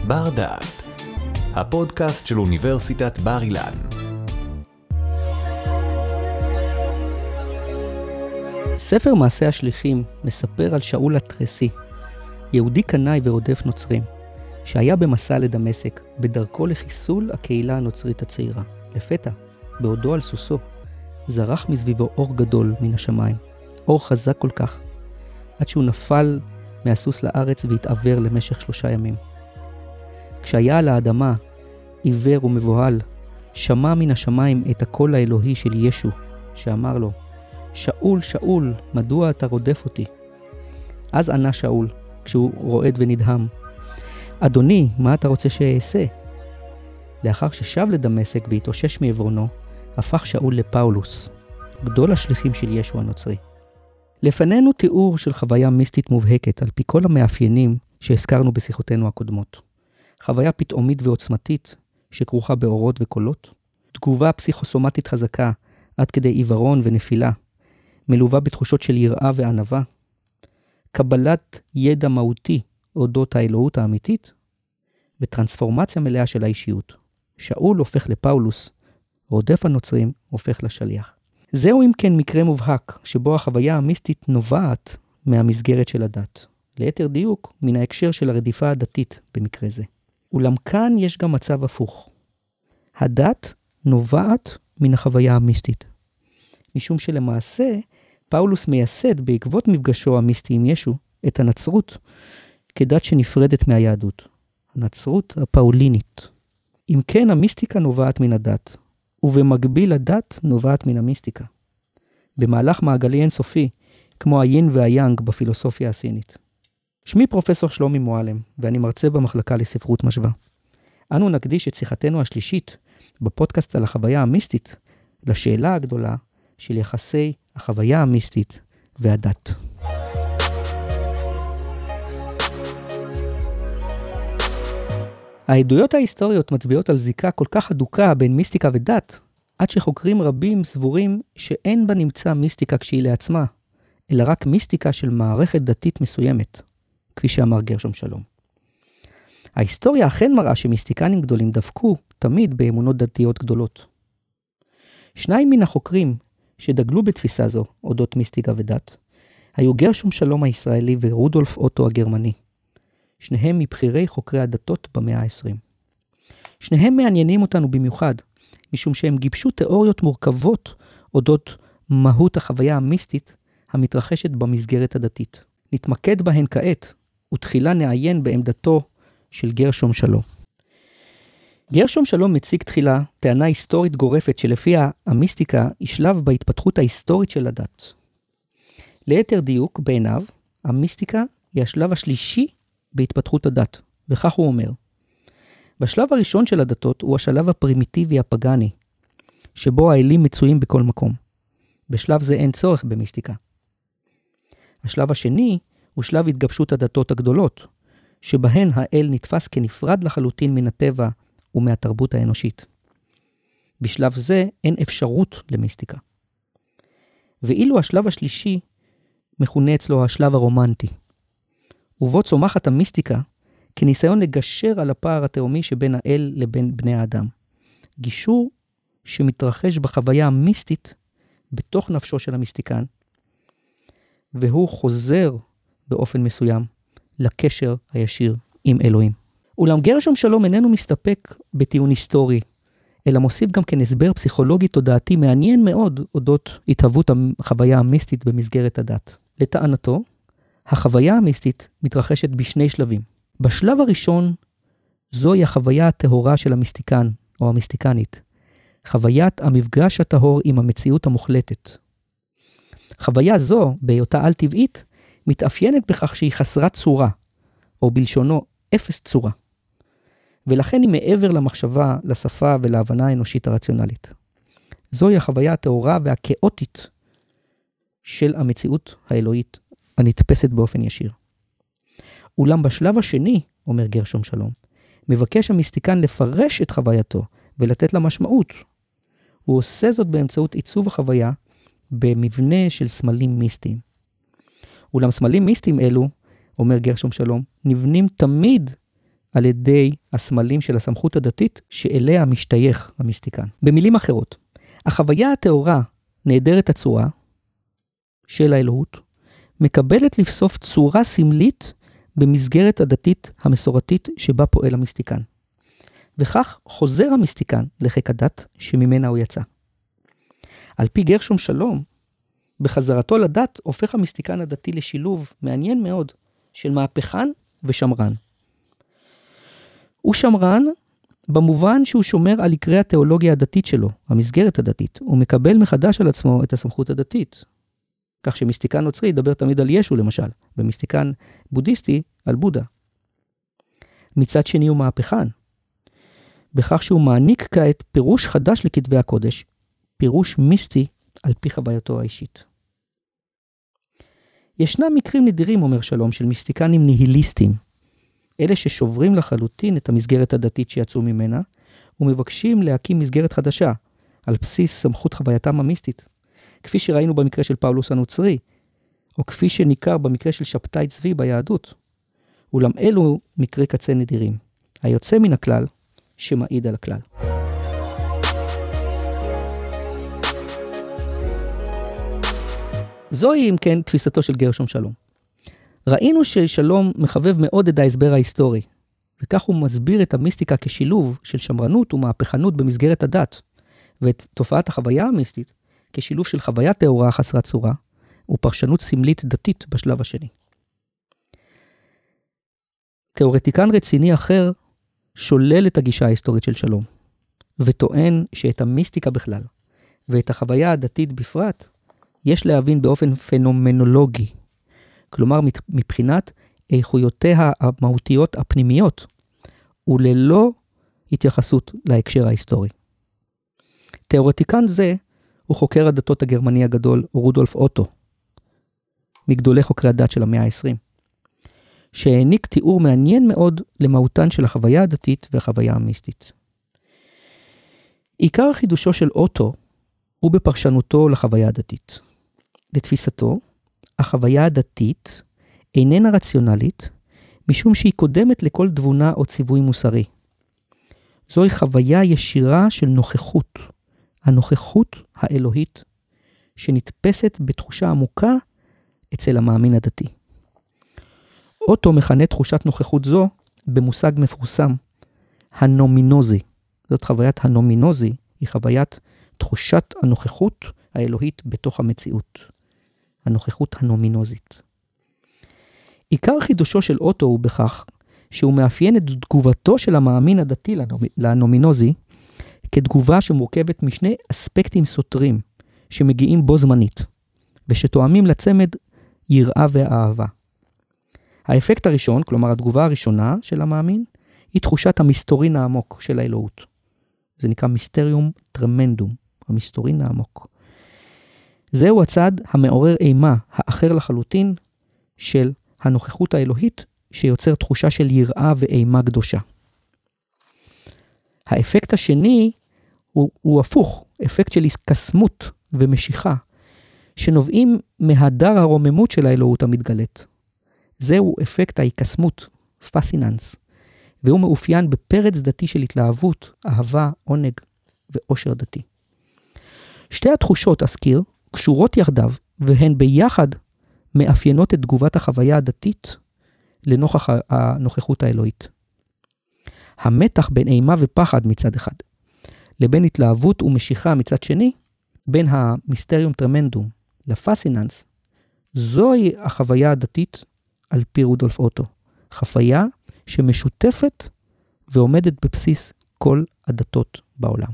בר דעת, הפודקאסט של אוניברסיטת בר אילן. ספר מעשה השליחים מספר על שאול התרסי, יהודי קנאי ורודף נוצרים, שהיה במסע לדמשק, בדרכו לחיסול הקהילה הנוצרית הצעירה. לפתע, בעודו על סוסו, זרח מסביבו אור גדול מן השמיים, אור חזק כל כך, עד שהוא נפל מהסוס לארץ והתעוור למשך 3 ימים. כשהיה על האדמה, עיוור ומבוהל, שמע מן השמיים את הקול האלוהי של ישו, שאמר לו, שאול, שאול, מדוע אתה רודף אותי? אז ענה שאול, כשהוא רועד ונדהם, אדוני, מה אתה רוצה שאעשה? לאחר ששב לדמשק והתאושש מעברונו, הפך שאול לפאולוס, גדול השליחים של ישו הנוצרי. לפנינו תיאור של חוויה מיסטית מובהקת על פי כל המאפיינים שהזכרנו בשיחותינו הקודמות. חוויה פתאומית ועוצמתית שכרוכה באורות וקולות, תגובה פסיכוסומטית חזקה עד כדי עיוורון ונפילה, מלווה בתחושות של יראה וענווה, קבלת ידע מהותי אודות האלוהות האמיתית, וטרנספורמציה מלאה של האישיות. שאול הופך לפאולוס, רודף הנוצרים הופך לשליח. זהו אם כן מקרה מובהק, שבו החוויה המיסטית נובעת מהמסגרת של הדת. ליתר דיוק, מן ההקשר של הרדיפה הדתית במקרה זה. אולם כאן יש גם מצב הפוך. הדת נובעת מן החוויה המיסטית. משום שלמעשה, פאולוס מייסד בעקבות מפגשו המיסטי עם ישו את הנצרות כדת שנפרדת מהיהדות. הנצרות הפאולינית. אם כן, המיסטיקה נובעת מן הדת, ובמקביל הדת נובעת מן המיסטיקה. במהלך מעגלי אינסופי, כמו היין והיאנג בפילוסופיה הסינית. שמי פרופסור שלומי מועלם, ואני מרצה במחלקה לספרות משווה. אנו נקדיש את שיחתנו השלישית בפודקאסט על החוויה המיסטית לשאלה הגדולה של יחסי החוויה המיסטית והדת. העדויות ההיסטוריות מצביעות על זיקה כל כך הדוקה בין מיסטיקה ודת, עד שחוקרים רבים סבורים שאין בה נמצא מיסטיקה כשהיא לעצמה, אלא רק מיסטיקה של מערכת דתית מסוימת, כפי שאמר גרשום שלום. ההיסטוריה אכן מראה שמיסטיקנים גדולים דבקו תמיד באמונות דתיות גדולות. 2 מן החוקרים שדגלו בתפיסה זו, אודות מיסטיקה ודת, היו גרשום שלום הישראלי ורודולף אוטו הגרמני. שניהם מבחירי חוקרי הדתות במאה ה-20. שניהם מעניינים אותנו במיוחד, משום שהם גיבשו תיאוריות מורכבות אודות מהות החוויה המיסטית המתרחשת במסגרת הדתית. נתמקד בהן כעת, ותחילה נעיין בעמדתו של גרשום שלום. גרשום שלום מציג תחילה טענה היסטורית גורפת שלפיה המיסטיקה היא שלב בהתפתחות ההיסטורית של הדת. ליתר דיוק, בעיניו, המיסטיקה היא השלב השלישי בהתפתחות הדת, וכך הוא אומר. בשלב הראשון של הדתות הוא השלב הפרימיטיבי הפגני, שבו האלים מצויים בכל מקום. בשלב זה אין צורך במיסטיקה. השלב השני הוא שלב התגבשות הדתות הגדולות, שבהן האל נתפס כנפרד לחלוטין מן הטבע ומהתרבות האנושית. בשלב זה אין אפשרות למיסטיקה. ואילו השלב השלישי מכונה אצלו השלב הרומנטי, ובו צומחת המיסטיקה כניסיון לגשר על הפער התאומי שבין האל לבין בני האדם. גישור שמתרחש בחוויה המיסטית בתוך נפשו של המיסטיקן, והוא חוזר באופן מסוים לקשר הישיר עם אלוהים. אולם גרשום שלום איננו מסתפק בטיעון היסטורי, אלא מוסיף גם כן הסבר פסיכולוגי תודעתי מעניין מאוד אודות התהוות החוויה המיסטית במסגרת הדת. לטענתו, החוויה המיסטית מתרחשת בשני שלבים. בשלב הראשון, זוהי החוויה הטהורה של המיסטיקן או המיסטיקנית. חוויית המפגש הטהור עם המציאות המוחלטת. חוויה זו, בהיותה על טבעית, מתאפיינת בכך שהיא חסרת צורה, או בלשונו אפס צורה. ולכן היא מעבר למחשבה, לשפה ולהבנה האנושית הרציונלית. זוהי החוויה הטהורה והכאוטית של המציאות האלוהית הנתפסת באופן ישיר. אולם בשלב השני, אומר גרשום שלום, מבקש המיסטיקן לפרש את חווייתו ולתת לה משמעות. הוא עושה זאת באמצעות עיצוב החוויה במבנה של סמלים מיסטיים. אולם סמלים מיסטיים אלו, אומר גרשום שלום, נבנים תמיד על ידי הסמלים של הסמכות הדתית שאליה משתייך המיסטיקן. במילים אחרות, החוויה הטהורה נעדרת הצורה של האלוהות, מקבלת לבסוף צורה סמלית במסגרת הדתית המסורתית שבה פועל המיסטיקן. וכך חוזר המיסטיקן לחיק הדת שממנה הוא יצא. על פי גרשום שלום, בחזרתו לדת הופך המיסטיקן הדתי לשילוב מעניין מאוד של מהפכן ושמרן. הוא שמרן במובן שהוא שומר על עיקרי התיאולוגיה הדתית שלו, המסגרת הדתית, הוא מקבל מחדש על עצמו את הסמכות הדתית. כך שמיסטיקן נוצרי ידבר תמיד על ישו למשל, ומיסטיקן בודהיסטי על בודה. מצד שני הוא מהפכן, בכך שהוא מעניק כעת פירוש חדש לכתבי הקודש, פירוש מיסטי על פי חווייתו האישית. ישנם מקרים נדירים, אומר שלום, של מיסטיקנים ניהיליסטים, אלה ששוברים לחלוטין את המסגרת הדתית שיצאו ממנה, ומבקשים להקים מסגרת חדשה, על בסיס סמכות חווייתם המיסטית, כפי שראינו במקרה של פאולוס הנוצרי, או כפי שניכר במקרה של שבתאי צבי ביהדות. אולם אלו מקרי קצה נדירים, היוצא מן הכלל שמעיד על הכלל. זוהי אם כן תפיסתו של גרשום שלום. ראינו ששלום מחבב מאוד את ההסבר ההיסטורי, וכך הוא מסביר את המיסטיקה כשילוב של שמרנות ומהפכנות במסגרת הדת, ואת תופעת החוויה המיסטית כשילוב של חוויה טהורה חסרת צורה, ופרשנות סמלית דתית בשלב השני. תיאורטיקן רציני אחר שולל את הגישה ההיסטורית של שלום, וטוען שאת המיסטיקה בכלל, ואת החוויה הדתית בפרט, יש להבין באופן פנומנולוגי, כלומר מבחינת איכויותיה המהותיות הפנימיות, וללא התייחסות להקשר ההיסטורי. תיאורטיקן זה הוא חוקר הדתות הגרמני הגדול רודולף אוטו, מגדולי חוקרי הדת של המאה ה-20, שהעניק תיאור מעניין מאוד למהותן של החוויה הדתית והחוויה המיסטית. עיקר חידושו של אוטו הוא בפרשנותו לחוויה הדתית. לתפיסתו, החוויה הדתית איננה רציונלית, משום שהיא קודמת לכל תבונה או ציווי מוסרי. זוהי חוויה ישירה של נוכחות, הנוכחות האלוהית, שנתפסת בתחושה עמוקה אצל המאמין הדתי. אוטו מכנה תחושת נוכחות זו במושג מפורסם, הנומינוזי. זאת חוויית הנומינוזי, היא חוויית תחושת הנוכחות האלוהית בתוך המציאות. הנוכחות הנומינוזית. עיקר חידושו של אוטו הוא בכך שהוא מאפיין את תגובתו של המאמין הדתי לנומינוזי כתגובה שמורכבת משני אספקטים סותרים שמגיעים בו זמנית ושתואמים לצמד יראה ואהבה. האפקט הראשון, כלומר התגובה הראשונה של המאמין, היא תחושת המסתורין העמוק של האלוהות. זה נקרא מיסטריום טרמנדום, המסתורין העמוק. זהו הצד המעורר אימה, האחר לחלוטין, של הנוכחות האלוהית, שיוצר תחושה של יראה ואימה קדושה. האפקט השני הוא הפוך, אפקט של התקסמות ומשיכה, שנובעים מהדר הרוממות של האלוהות המתגלית. זהו אפקט ההתקסמות, פסיננס, והוא מאופיין בפרץ דתי של התלהבות, אהבה, עונג ואושר דתי. שתי התחושות, אזכיר, קשורות יחדיו, והן ביחד מאפיינות את תגובת החוויה הדתית לנוכח הנוכחות האלוהית. המתח בין אימה ופחד מצד אחד, לבין התלהבות ומשיכה מצד שני, בין המיסטריום טרמנדום לפסיננס, זוהי החוויה הדתית על פי רודולף אוטו. חוויה שמשותפת ועומדת בבסיס כל הדתות בעולם.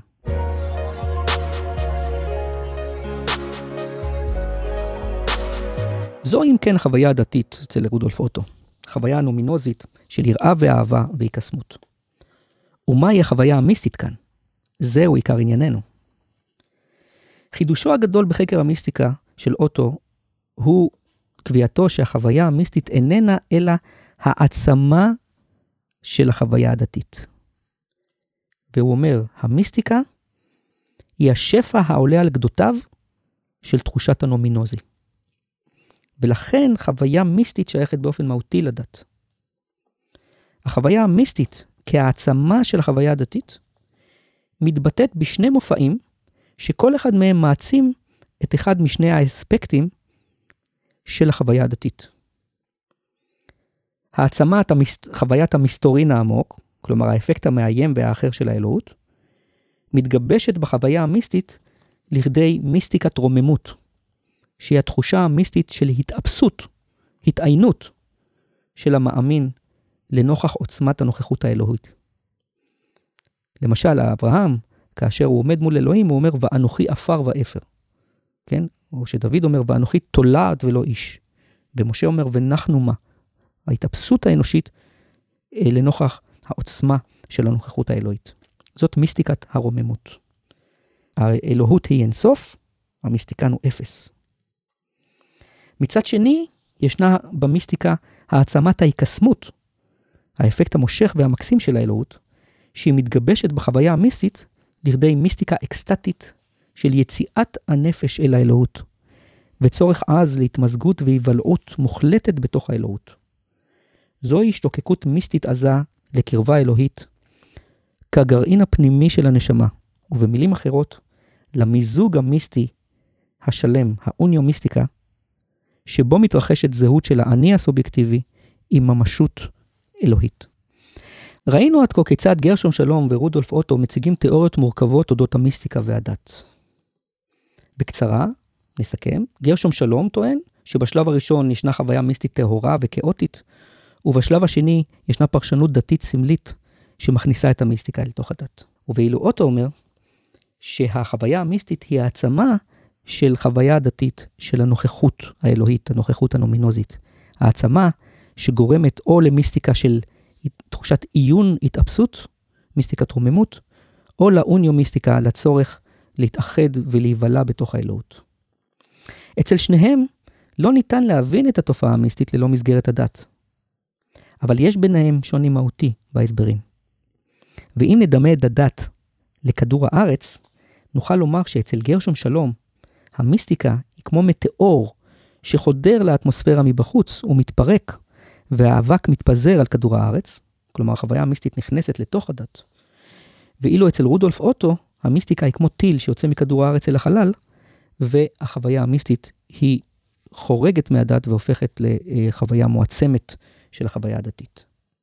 זו אם כן חוויה הדתית אצל רודולף אוטו, חוויה נומינוזית של יראה ואהבה והתקסמות. ומהי החוויה המיסטית כאן? זהו עיקר ענייננו. חידושו הגדול בחקר המיסטיקה של אוטו הוא קביעתו שהחוויה המיסטית איננה אלא העצמה של החוויה הדתית. והוא אומר, המיסטיקה היא השפע העולה על גדותיו של תחושת הנומינוזי. ולכן חוויה מיסטית שייכת באופן מהותי לדת. החוויה המיסטית כהעצמה של החוויה הדתית, מתבטאת בשני מופעים, שכל אחד מהם מעצים את אחד משני האספקטים של החוויה הדתית. העצמת חוויית המסתורין העמוק, כלומר האפקט המאיים והאחר של האלוהות, מתגבשת בחוויה המיסטית לכדי מיסטיקת רוממות, שהיא התחושה המיסטית של התאפסות, התעיינות של המאמין לנוכח עוצמת הנוכחות האלוהית. למשל, אברהם, כאשר הוא עומד מול אלוהים, הוא אומר, ואנוכי עפר ואפר. כן? או שדוד אומר, ואנוכי תולעת ולא איש. ומשה אומר, ונחנו מה? ההתאפסות האנושית לנוכח העוצמה של הנוכחות האלוהית. זאת מיסטיקת הרוממות. האלוהות היא אינסוף, המיסטיקן הוא אפס. מצד שני, ישנה במיסטיקה העצמת ההיקסמות, האפקט המושך והמקסים של האלוהות, שהיא מתגבשת בחוויה המיסטית לכדי מיסטיקה אקסטטית של יציאת הנפש אל האלוהות, וצורך עז להתמזגות והיוולעות מוחלטת בתוך האלוהות. זוהי השתוקקות מיסטית עזה לקרבה אלוהית, כגרעין הפנימי של הנשמה, ובמילים אחרות, למיזוג המיסטי השלם, האוניומיסטיקה, שבו מתרחשת זהות של האני הסובייקטיבי עם ממשות אלוהית. ראינו עד כה כיצד גרשום שלום ורודולף אוטו מציגים תיאוריות מורכבות אודות המיסטיקה והדת. בקצרה, נסכם, גרשום שלום טוען שבשלב הראשון ישנה חוויה מיסטית טהורה וכאוטית, ובשלב השני ישנה פרשנות דתית סמלית שמכניסה את המיסטיקה אל תוך הדת. ואילו אוטו אומר שהחוויה המיסטית היא העצמה של חוויה דתית של הנוכחות האלוהית, הנוכחות הנומינוזית. העצמה שגורמת או למיסטיקה של תחושת עיון, התאפסות, מיסטיקת רוממות, או לאוניומיסטיקה, לצורך להתאחד ולהיוולע בתוך האלוהות. אצל שניהם לא ניתן להבין את התופעה המיסטית ללא מסגרת הדת. אבל יש ביניהם שוני מהותי בהסברים. ואם נדמה את הדת לכדור הארץ, נוכל לומר שאצל גרשום שלום, המיסטיקה היא כמו מטאור שחודר לאטמוספירה מבחוץ ומתפרק, והאבק מתפזר על כדור הארץ, כלומר החוויה המיסטית נכנסת לתוך הדת. ואילו אצל רודולף אוטו, המיסטיקה היא כמו טיל שיוצא מכדור הארץ אל החלל, והחוויה המיסטית היא חורגת מהדת והופכת לחוויה מועצמת של החוויה הדתית.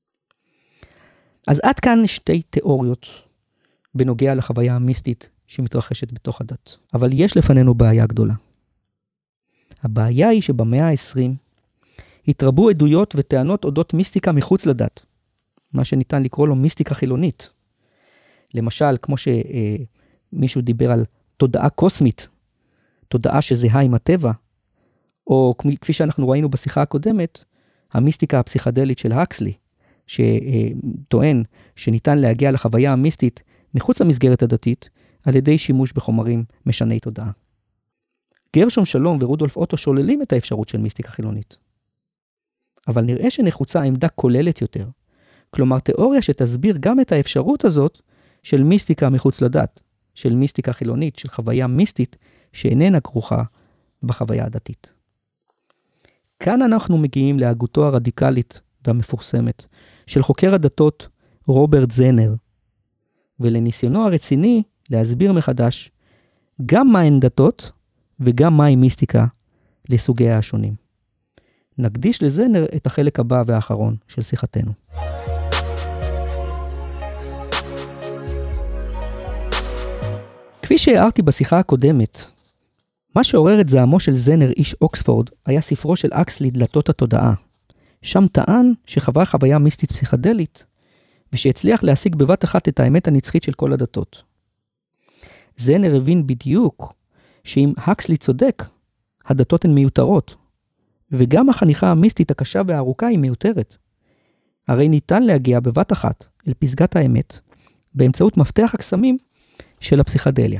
אז עד כאן שתי תיאוריות בנוגע לחוויה המיסטית שמתרחשת בתוך הדת. אבל יש לפנינו בעיה גדולה. הבעיה היא שבמאה ה-20 התרבו עדויות וטענות אודות מיסטיקה מחוץ לדת, מה שניתן לקרוא לו מיסטיקה חילונית. למשל, כמו שמישהו דיבר על תודעה קוסמית, תודעה שזהה עם הטבע, או כפי שאנחנו ראינו בשיחה הקודמת, המיסטיקה הפסיכדלית של הקסלי, שטוען שניתן להגיע לחוויה המיסטית מחוץ למסגרת הדתית, על ידי שימוש בחומרים משני תודעה. גרשום שלום ורודולף אוטו שוללים את האפשרות של מיסטיקה חילונית. אבל נראה שנחוצה עמדה כוללת יותר, כלומר תיאוריה שתסביר גם את האפשרות הזאת של מיסטיקה מחוץ לדת, של מיסטיקה חילונית, של חוויה מיסטית שאיננה כרוכה בחוויה הדתית. כאן אנחנו מגיעים להגותו הרדיקלית והמפורסמת של חוקר הדתות רוברט זנר, ולניסיונו הרציני להסביר מחדש גם מהן דתות וגם מהי מיסטיקה לסוגיה השונים. נקדיש לזנר את החלק הבא והאחרון של שיחתנו. כפי שהערתי בשיחה הקודמת, מה שעורר את זעמו של זנר איש אוקספורד היה ספרו של אקסלי דלתות התודעה. שם טען שחווה חוויה מיסטית פסיכדלית, ושהצליח להשיג בבת אחת את האמת הנצחית של כל הדתות. זנר הבין בדיוק שאם הקסלי צודק, הדתות הן מיותרות, וגם החניכה המיסטית הקשה והארוכה היא מיותרת. הרי ניתן להגיע בבת אחת אל פסגת האמת, באמצעות מפתח הקסמים של הפסיכדליה.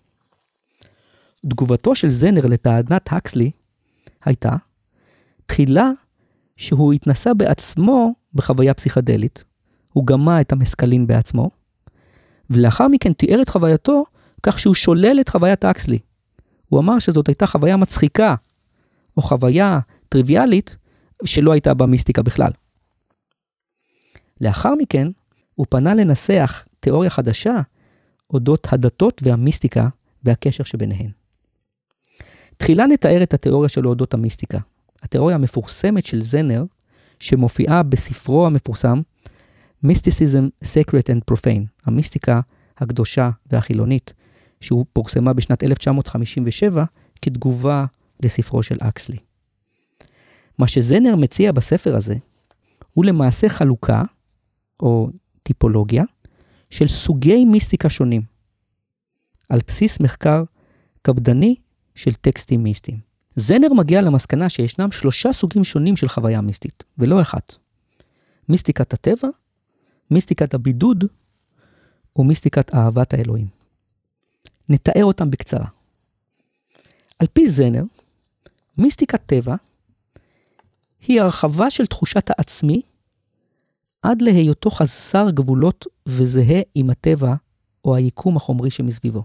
תגובתו של זנר לטענת הקסלי הייתה, תחילה שהוא התנסה בעצמו בחוויה פסיכדלית, הוא גמה את המסקלין בעצמו, ולאחר מכן תיאר את חווייתו כך שהוא שולל את חוויית הקסלי. הוא אמר שזאת הייתה חוויה מצחיקה, או חוויה טריוויאלית, שלא הייתה במיסטיקה בכלל. לאחר מכן, הוא פנה לנסח תיאוריה חדשה אודות הדתות והמיסטיקה והקשר שביניהן. תחילה נתאר את התיאוריה שלו אודות המיסטיקה. התיאוריה המפורסמת של זנר, שמופיעה בספרו המפורסם, Mysticism Sacred and Profane, המיסטיקה הקדושה והחילונית, שהוא פורסמה בשנת 1957 כתגובה לספרו של אקסלי. מה שזנר מציע בספר הזה, הוא למעשה חלוקה, או טיפולוגיה, של סוגי מיסטיקה שונים, על בסיס מחקר קפדני של טקסטים מיסטיים. זנר מגיע למסקנה שישנם 3 סוגים שונים של חוויה מיסטית, ולא אחת. מיסטיקת הטבע, מיסטיקת הבידוד, ומיסטיקת אהבת האלוהים. נתאר אותם בקצרה. על פי זנר, מיסטיקת טבע היא הרחבה של תחושת העצמי עד להיותו חסר גבולות וזהה עם הטבע או היקום החומרי שמסביבו.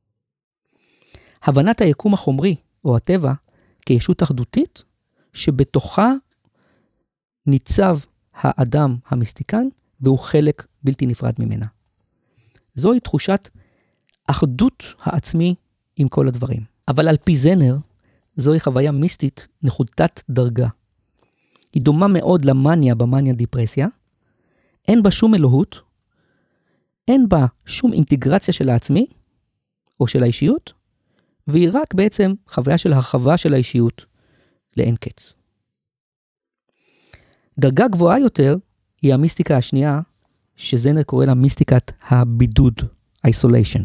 הבנת היקום החומרי או הטבע כישות אחדותית שבתוכה ניצב האדם המיסטיקן והוא חלק בלתי נפרד ממנה. זוהי תחושת אחדות העצמי עם כל הדברים. אבל על פי זנר, זוהי חוויה מיסטית נחותת דרגה. היא דומה מאוד למניה במניה דיפרסיה, אין בה שום אלוהות, אין בה שום אינטגרציה של העצמי או של האישיות, והיא רק בעצם חוויה של הרחבה של האישיות לאין קץ. דרגה גבוהה יותר היא המיסטיקה השנייה, שזנר קורא לה מיסטיקת הבידוד, isolation,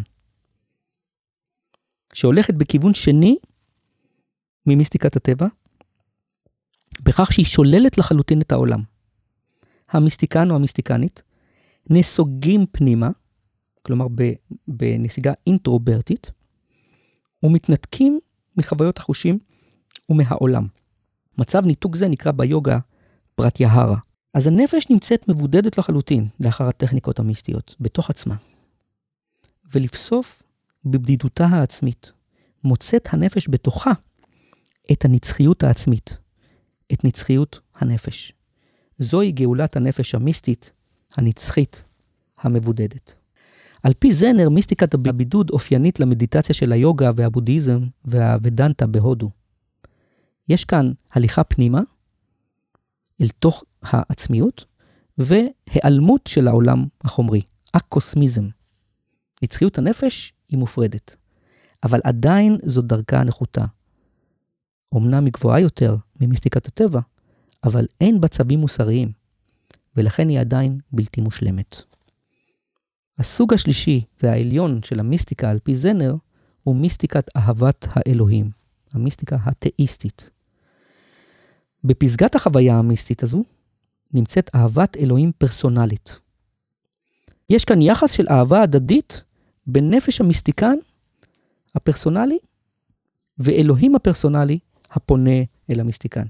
שהולכת בכיוון שני ממיסטיקת הטבע, בכך שהיא שוללת לחלוטין את העולם. המיסטיקן או המיסטיקנית נסוגים פנימה, כלומר בנסיגה אינטרוברטית, ומתנתקים מחוויות החושים ומהעולם. מצב ניתוק זה נקרא ביוגה פרטיהרה. אז הנפש נמצאת מבודדת לחלוטין לאחר הטכניקות המיסטיות, בתוך עצמה. ולבסוף, בבדידותה העצמית, מוצאת הנפש בתוכה את הנצחיות העצמית, את נצחיות הנפש. זוהי גאולת הנפש המיסטית, הנצחית, המבודדת. על פי זנר, מיסטיקת הבידוד אופיינית למדיטציה של היוגה והבודהיזם והוודנטה בהודו. יש כאן הליכה פנימה, אל תוך העצמיות, והיעלמות של העולם החומרי, אקוסמיזם. נצחיות הנפש היא מופרדת, אבל עדיין זו דרכה הנחותה. אמנם היא גבוהה יותר ממיסטיקת הטבע, אבל אין בה צווים מוסריים, ולכן היא עדיין בלתי מושלמת. הסוג השלישי והעליון של המיסטיקה על פי זנר, הוא מיסטיקת אהבת האלוהים, המיסטיקה התאיסטית. בפסגת החוויה המיסטית הזו, נמצאת אהבת אלוהים פרסונלית. יש כאן יחס של אהבה הדדית בין נפש המיסטיקן הפרסונלי ואלוהים הפרסונלי הפונה אל המיסטיקן.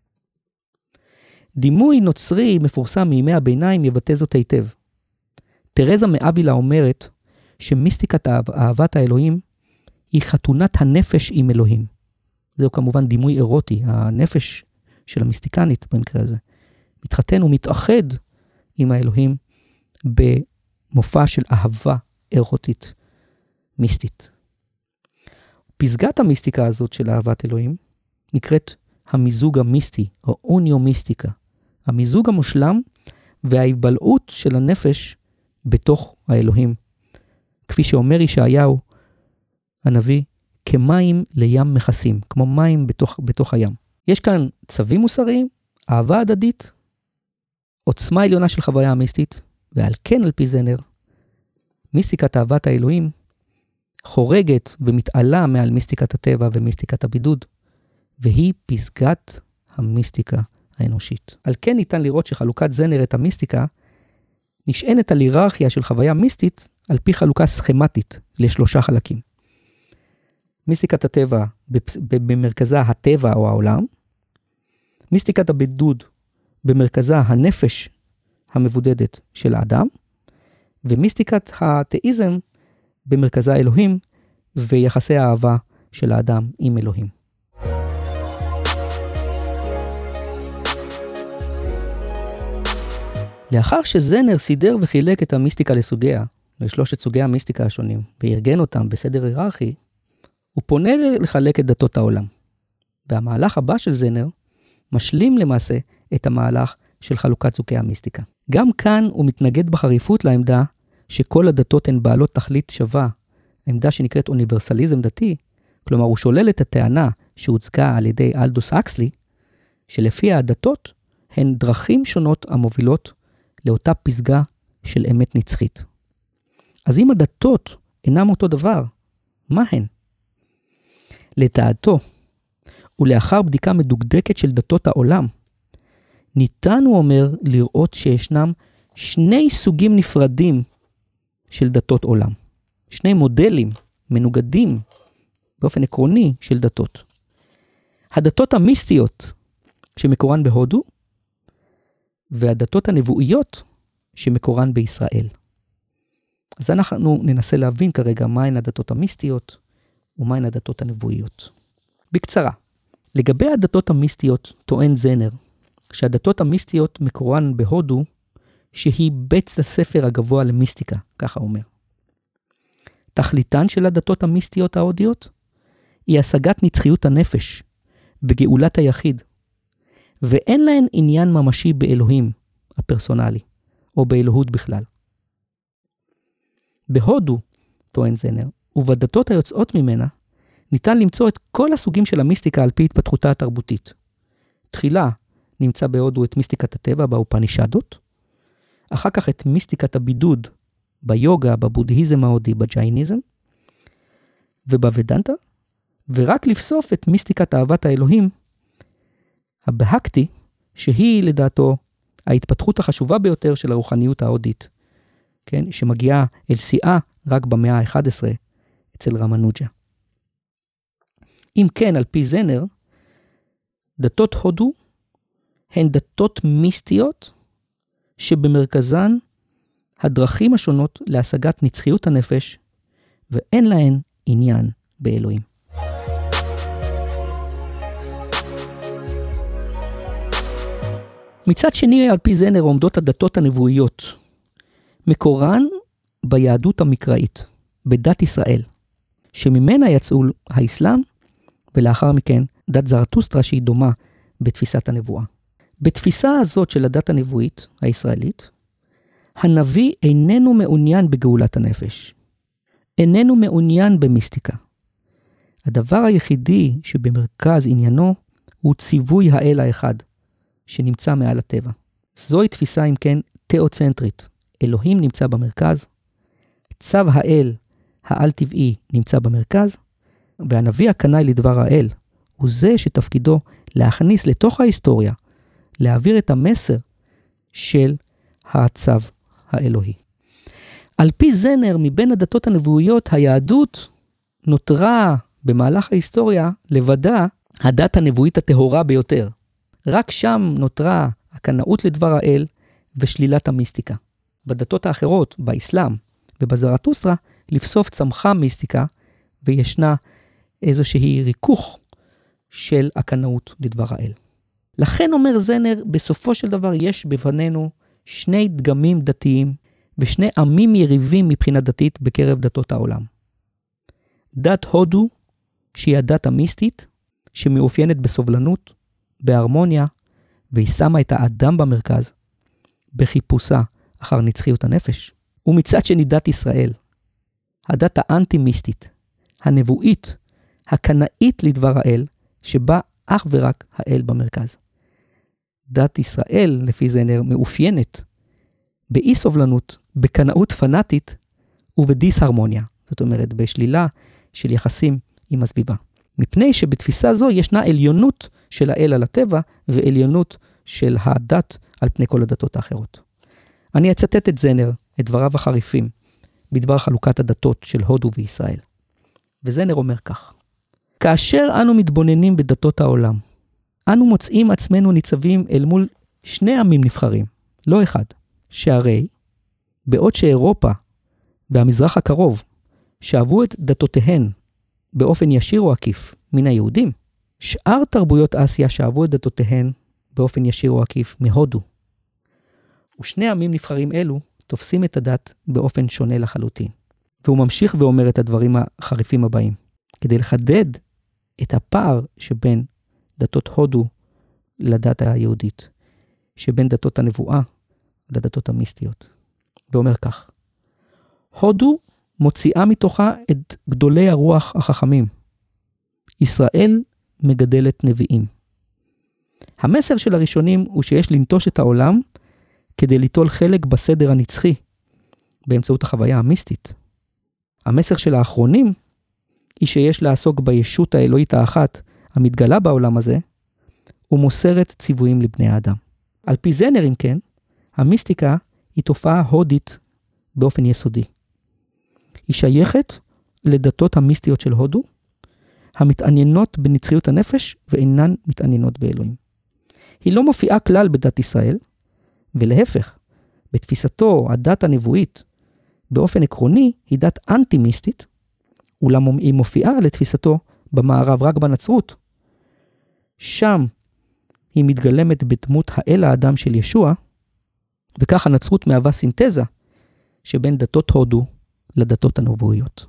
דימוי נוצרי מפורסם מימי הביניים יבטא זאת היטב. תרזה מאבילה אומרת שמיסטיקת אהבת האלוהים היא חתונת הנפש עם אלוהים. זהו כמובן דימוי אירוטי, הנפש של המיסטיקנית במקרה הזה. מתחתן ומתאחד עם האלוהים במופע של אהבה אירוטית מיסטית. פסגת המיסטיקה הזאת של אהבת אלוהים נקראת המיזוג המיסטי, או אוניו מיסטיקה. המיזוג המושלם וההיבלעות של הנפש בתוך האלוהים. כפי שאומר ישעיהו הנביא, כמים לים מכסים, כמו מים בתוך הים. יש כאן צווים מוסריים, אהבה הדדית, עוצמה עליונה של חוויה מיסטית, ועל כן על פי זנר, מיסטיקת אהבת האלוהים חורגת ומתעלה מעל מיסטיקת הטבע ומיסטיקת הבידוד, והיא פסגת המיסטיקה האנושית. על כן ניתן לראות שחלוקת זנר את המיסטיקה נשענת על היררכיה של חוויה מיסטית על פי חלוקה סכמטית ל3 חלקים. מיסטיקת הטבע במרכזה הטבע או העולם, מיסטיקת הבידוד במרכזה הנפש המבודדת של האדם, ומיסטיקת התאיזם במרכזה האלוהים ויחסי האהבה של האדם עם אלוהים. לאחר שזנר סידר וחילק את המיסטיקה לסוגיה, לשלושת סוגי המיסטיקה השונים, וארגן אותם בסדר היררכי, הוא פונה לחלק את דתות העולם. והמהלך הבא של זנר משלים למעשה את המהלך של חלוקת סוגי המיסטיקה. גם כאן הוא מתנגד בחריפות לעמדה שכל הדתות הן בעלות תכלית שווה, עמדה שנקראת אוניברסליזם דתי, כלומר הוא שולל את הטענה שהוצגה על ידי אלדוס אקסלי, שלפיה הדתות הן דרכים שונות המובילות לאותה פסגה של אמת נצחית. אז אם הדתות אינם אותו דבר, מה הן? לדעתו, ולאחר בדיקה מדוקדקת של דתות העולם, ניתן, הוא אומר, לראות שישנם שני סוגים נפרדים של דתות עולם. שני מודלים מנוגדים באופן עקרוני של דתות. הדתות המיסטיות שמקורן בהודו, והדתות הנבואיות שמקורן בישראל. אז אנחנו ננסה להבין כרגע מהן הדתות המיסטיות ומהן הדתות הנבואיות. בקצרה, לגבי הדתות המיסטיות טוען זנר, שהדתות המיסטיות מקורן בהודו, שהיא בית הספר הגבוה למיסטיקה, ככה אומר. תכליתן של הדתות המיסטיות ההודיות היא השגת נצחיות הנפש בגאולת היחיד, ואין להן עניין ממשי באלוהים הפרסונלי, או באלוהות בכלל. בהודו, טוען זנר, ובדתות היוצאות ממנה, ניתן למצוא את כל הסוגים של המיסטיקה על פי התפתחותה התרבותית. תחילה נמצא בהודו את מיסטיקת הטבע באופנישדות, אחר כך את מיסטיקת הבידוד ביוגה, בבודהיזם ההודי, בג'ייניזם, ובוודנטה, ורק לבסוף את מיסטיקת אהבת האלוהים, הבהקתי, שהיא לדעתו ההתפתחות החשובה ביותר של הרוחניות ההודית, כן? שמגיעה אל שיאה רק במאה ה-11 אצל רמנוג'ה. אם כן, על פי זנר, דתות הודו הן דתות מיסטיות שבמרכזן הדרכים השונות להשגת נצחיות הנפש, ואין להן עניין באלוהים. מצד שני, על פי זנר, עומדות הדתות הנבואיות. מקורן ביהדות המקראית, בדת ישראל, שממנה יצאו האסלאם, ולאחר מכן דת זרטוסטרה שהיא דומה בתפיסת הנבואה. בתפיסה הזאת של הדת הנבואית הישראלית, הנביא איננו מעוניין בגאולת הנפש. איננו מעוניין במיסטיקה. הדבר היחידי שבמרכז עניינו הוא ציווי האל האחד, שנמצא מעל הטבע. זוהי תפיסה אם כן תיאוצנטרית. אלוהים נמצא במרכז, צו האל העל-טבעי נמצא במרכז, והנביא הקנאי לדבר האל הוא זה שתפקידו להכניס לתוך ההיסטוריה, להעביר את המסר של הצו האלוהי. על פי זנר, מבין הדתות הנבואיות, היהדות נותרה במהלך ההיסטוריה לבדה הדת הנבואית הטהורה ביותר. רק שם נותרה הקנאות לדבר האל ושלילת המיסטיקה. בדתות האחרות, באסלאם ובזרטוסטרה, לבסוף צמחה מיסטיקה, וישנה איזושהי ריכוך של הקנאות לדבר האל. לכן אומר זנר, בסופו של דבר יש בפנינו שני דגמים דתיים, ושני עמים יריבים מבחינה דתית בקרב דתות העולם. דת הודו, שהיא הדת המיסטית, שמאופיינת בסובלנות, בהרמוניה, והיא שמה את האדם במרכז, בחיפושה אחר נצחיות הנפש. ומצד שני דת ישראל, הדת האנטי-מיסטית, הנבואית, הקנאית לדבר האל, שבה אך ורק האל במרכז. דת ישראל, לפי זנר, מאופיינת באי סובלנות, בקנאות פנאטית ובדיסהרמוניה. זאת אומרת, בשלילה של יחסים עם הסביבה. מפני שבתפיסה זו ישנה עליונות של האל על הטבע, ועליונות של הדת על פני כל הדתות האחרות. אני אצטט את זנר, את דבריו החריפים, בדבר חלוקת הדתות של הודו וישראל. וזנר אומר כך: כאשר אנו מתבוננים בדתות העולם, אנו מוצאים עצמנו ניצבים אל מול שני עמים נבחרים, לא אחד, שהרי בעוד שאירופה והמזרח הקרוב שאהבו את דתותיהן באופן ישיר או עקיף מן היהודים, שאר תרבויות אסיה שאהבו את דתותיהן באופן ישיר או עקיף מהודו. ושני עמים נבחרים אלו תופסים את הדת באופן שונה לחלוטין. והוא ממשיך ואומר את הדברים החריפים הבאים, כדי לחדד את הפער שבין דתות הודו לדת היהודית, שבין דתות הנבואה לדתות המיסטיות. ואומר כך, הודו מוציאה מתוכה את גדולי הרוח החכמים. ישראל מגדלת נביאים. המסר של הראשונים הוא שיש לנטוש את העולם כדי ליטול חלק בסדר הנצחי באמצעות החוויה המיסטית. המסר של האחרונים היא שיש לעסוק בישות האלוהית האחת המתגלה בעולם הזה ומוסרת ציוויים לבני האדם. על פי זנר, אם כן, המיסטיקה היא תופעה הודית באופן יסודי. היא שייכת לדתות המיסטיות של הודו, המתעניינות בנצחיות הנפש ואינן מתעניינות באלוהים. היא לא מופיעה כלל בדת ישראל, ולהפך, בתפיסתו הדת הנבואית, באופן עקרוני היא דת אנטי-מיסטית, אולם היא מופיעה לתפיסתו במערב רק בנצרות. שם היא מתגלמת בדמות האל האדם של ישוע, וכך הנצרות מהווה סינתזה שבין דתות הודו לדתות הנבואיות.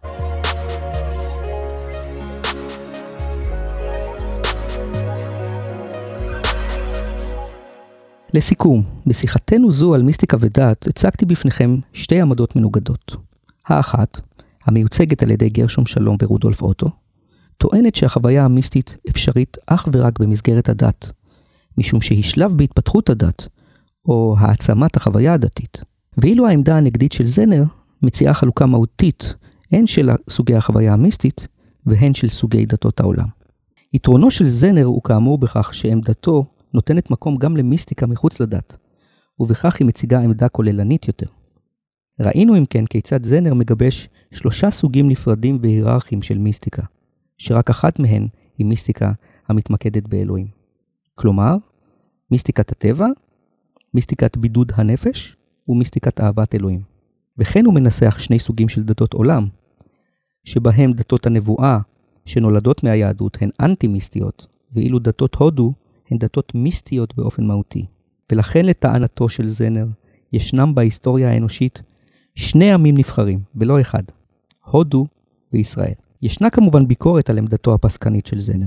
לסיכום, בשיחתנו זו על מיסטיקה ודת, הצגתי בפניכם שתי עמדות מנוגדות. האחת, המיוצגת על ידי גרשום שלום ורודולף אוטו, טוענת שהחוויה המיסטית אפשרית אך ורק במסגרת הדת, משום שהיא שלב בהתפתחות הדת, או העצמת החוויה הדתית. ואילו העמדה הנגדית של זנר מציעה חלוקה מהותית, הן של סוגי החוויה המיסטית, והן של סוגי דתות העולם. יתרונו של זנר הוא כאמור בכך שעמדתו נותנת מקום גם למיסטיקה מחוץ לדת, ובכך היא מציגה עמדה כוללנית יותר. ראינו אם כן כיצד זנר מגבש 3 סוגים נפרדים והיררכיים של מיסטיקה, שרק אחת מהן היא מיסטיקה המתמקדת באלוהים. כלומר, מיסטיקת הטבע, מיסטיקת בידוד הנפש ומיסטיקת אהבת אלוהים. וכן הוא מנסח 2 סוגים של דתות עולם, שבהם דתות הנבואה שנולדות מהיהדות הן אנטי-מיסטיות, ואילו דתות הודו הן דתות מיסטיות באופן מהותי. ולכן לטענתו של זנר, ישנם בהיסטוריה האנושית 2 עמים נבחרים, ולא אחד, הודו וישראל. ישנה כמובן ביקורת על עמדתו הפסקנית של זנר.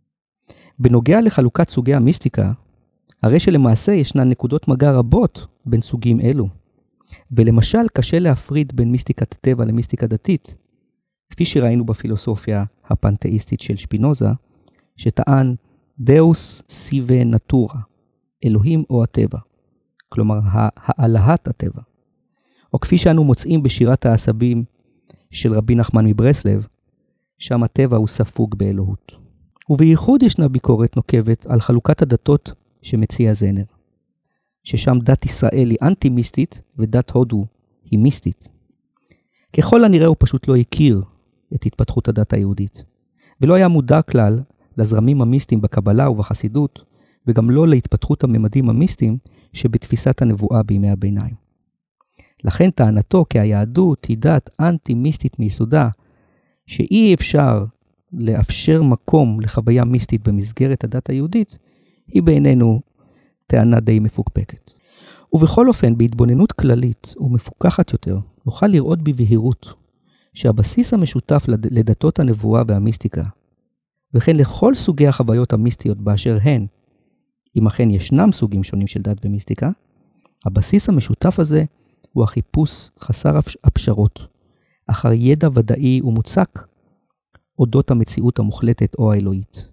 בנוגע לחלוקת סוגי המיסטיקה, הרי שלמעשה ישנן נקודות מגע רבות בין סוגים אלו, ולמשל קשה להפריד בין מיסטיקת טבע למיסטיקה דתית, כפי שראינו בפילוסופיה הפנתאיסטית של שפינוזה, שטען דאוס סיבה נטורה, אלוהים או הטבע, כלומר העלהת הטבע. או כפי שאנו מוצאים בשירת העשבים של רבי נחמן מברסלב, שם הטבע הוא ספוג באלוהות. ובייחוד ישנה ביקורת נוקבת על חלוקת הדתות שמציע זנר, ששם דת ישראל היא אנטי-מיסטית ודת הודו היא מיסטית. ככל הנראה הוא פשוט לא הכיר את התפתחות הדת היהודית, ולא היה מודע כלל לזרמים המיסטיים בקבלה ובחסידות, וגם לא להתפתחות הממדים המיסטיים שבתפיסת הנבואה בימי הביניים. לכן טענתו כי היהדות היא דת אנטי-מיסטית מיסודה, שאי אפשר לאפשר מקום לחוויה מיסטית במסגרת הדת היהודית, היא בעינינו טענה די מפוקפקת. ובכל אופן, בהתבוננות כללית ומפוקחת יותר, נוכל לראות בבהירות שהבסיס המשותף לדתות הנבואה והמיסטיקה, וכן לכל סוגי החוויות המיסטיות באשר הן, אם אכן ישנם סוגים שונים של דת ומיסטיקה, הבסיס המשותף הזה הוא החיפוש חסר הפשרות, אחר ידע ודאי ומוצק, אודות המציאות המוחלטת או האלוהית.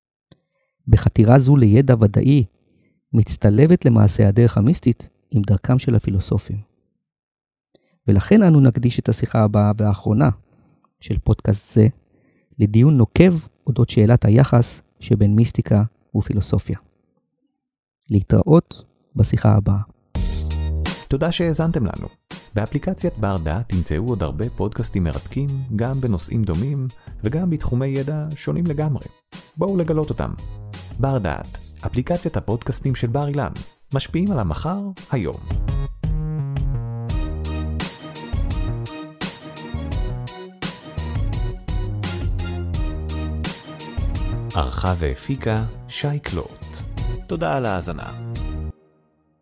בחתירה זו לידע ודאי, מצטלבת למעשה הדרך המיסטית עם דרכם של הפילוסופים. ולכן אנו נקדיש את השיחה הבאה והאחרונה של פודקאסט זה, לדיון נוקב אודות שאלת היחס שבין מיסטיקה ופילוסופיה. להתראות בשיחה הבאה. תודה שהאזנתם לנו. באפליקציית בר דעת תמצאו עוד הרבה פודקאסטים מרתקים, גם בנושאים דומים וגם בתחומי ידע שונים לגמרי. בואו לגלות אותם. בר דעת, אפליקציית הפודקאסטים של בר אילן, משפיעים על המחר היום. ערכה והפיקה שי קלוט. תודה על ההאזנה.